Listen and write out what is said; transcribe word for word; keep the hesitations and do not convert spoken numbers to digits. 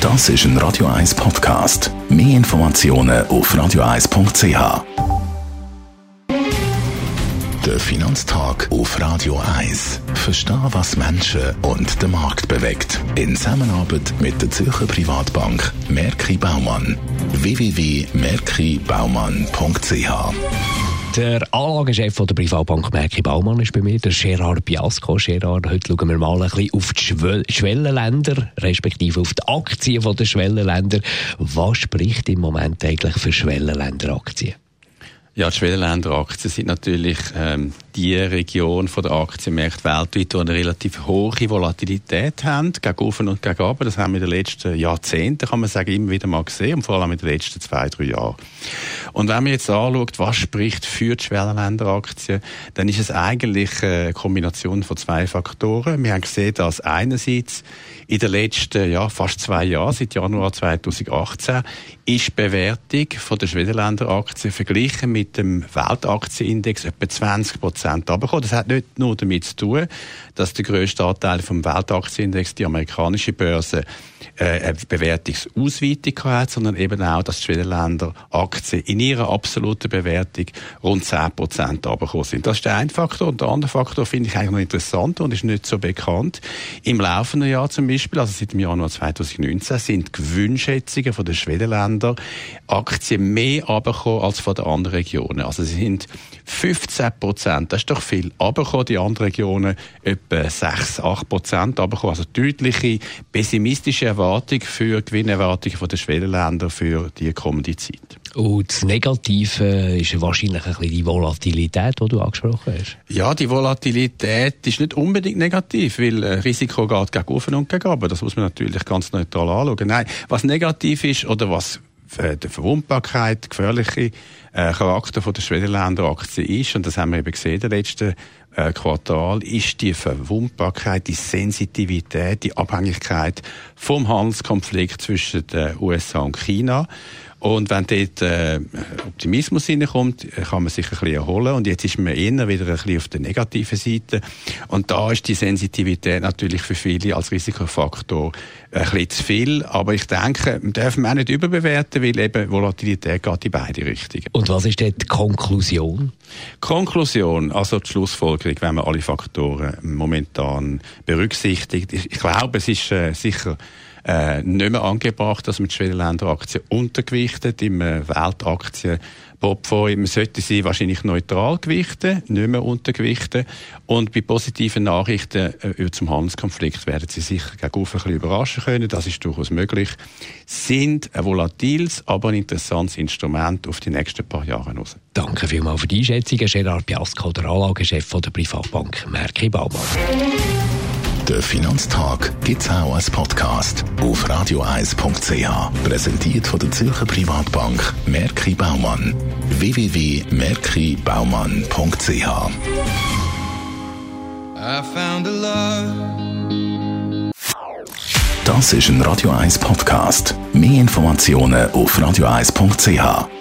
Das ist ein Radio eins Podcast. Mehr Informationen auf radio eins punkt c h. Der Finanztag auf Radio eins. Verstehen, was Menschen und den Markt bewegt. In Zusammenarbeit mit der Zürcher Privatbank Merki Baumann. w w w punkt merki baumann punkt c h. Der Anlagechef der Privatbank Merki Baumann ist bei mir, der Gerard Biasco. Gerard, heute schauen wir mal ein bisschen auf die Schwell- Schwellenländer, respektive auf die Aktien der Schwellenländer. Was spricht im Moment eigentlich für Schwellenländeraktien? Ja, die Schwellenländeraktien sind natürlich ähm, die Region von der Aktienmärkte weltweit, die eine relativ hohe Volatilität haben, gegen oben und gegen runter. Das haben wir in den letzten Jahrzehnten, kann man sagen, immer wieder mal gesehen, und vor allem in den letzten zwei, drei Jahren. Und wenn man jetzt anschaut, was spricht für die Schwellenländeraktien, dann ist es eigentlich eine Kombination von zwei Faktoren. Wir haben gesehen, dass einerseits in den letzten ja, fast zwei Jahren, seit Januar zweitausendachtzehn, ist die Bewertung von der Schwellenländeraktien verglichen mit dem Weltaktienindex etwa zwanzig Prozent runtergekommen. Das hat nicht nur damit zu tun, dass der grösste Anteil vom Weltaktienindex, die amerikanische Börse, äh, eine Bewertungsausweitung hat, sondern eben auch, dass die Schwellenländeraktien in ihrer absoluten Bewertung rund zehn Prozent runtergekommen sind. Das ist der eine Faktor. Und der andere Faktor finde ich eigentlich noch interessant und ist nicht so bekannt. Im laufenden Jahr zum Beispiel, also seit dem Januar zweitausendneunzehn, sind die Gewinnschätzungen von den Schwellenländern Aktien mehr runtergekommen als von den anderen Regionen. Also sie sind fünfzehn Prozent, das ist doch viel, runtergekommen. Die anderen Regionen etwa sechs, acht Prozent runtergekommen. Also deutliche pessimistische Erwartung für Gewinnerwartungen von den Schwellenländern für die kommende Zeit. Und das Negative ist wahrscheinlich ein bisschen die Volatilität, die du angesprochen hast. Ja, die Volatilität ist nicht unbedingt negativ, weil äh, Risiko geht gegen oben und gegen runter. Das muss man natürlich ganz neutral anschauen. Nein, was negativ ist oder was äh, die Verwundbarkeit, gefährliche äh, Charakter von der Schwellenländeraktien ist, und das haben wir eben gesehen in den letzten äh, Quartal, ist die Verwundbarkeit, die Sensitivität, die Abhängigkeit vom Handelskonflikt zwischen den U S A und China. Und wenn dort äh, Optimismus hineinkommt, kann man sich ein bisschen erholen. Und jetzt ist man eher wieder ein bisschen auf der negativen Seite. Und da ist die Sensitivität natürlich für viele als Risikofaktor ein bisschen zu viel. Aber ich denke, man darf man auch nicht überbewerten, weil eben Volatilität geht in beide Richtungen. Und was ist dort die Konklusion? Konklusion, also die Schlussfolgerung, wenn man alle Faktoren momentan berücksichtigt. Ich, ich glaube, es ist äh, sicher Äh, nicht mehr angebracht, dass man die Schwellenländeraktien untergewichtet. Im äh, Weltaktien-Portfolio man sollte sie wahrscheinlich neutral gewichten, nicht mehr untergewichten. Und bei positiven Nachrichten äh, zum Handelskonflikt werden sie sicher gegen oben ein bisschen überraschen können. Das ist durchaus möglich. Sind ein volatiles, aber ein interessantes Instrument auf die nächsten paar Jahre raus. Danke vielmals für die Einschätzung, Gerard Biasco, der Anlagechef der Privatbank Merki Baumann. Der Finanztag gibt's auch als Podcast auf radio eins punkt c h. Präsentiert von der Zürcher Privatbank Merki Baumann. w w w punkt merki baumann punkt c h. Das ist ein Radio eins Podcast. Mehr Informationen auf radio eins punkt c h.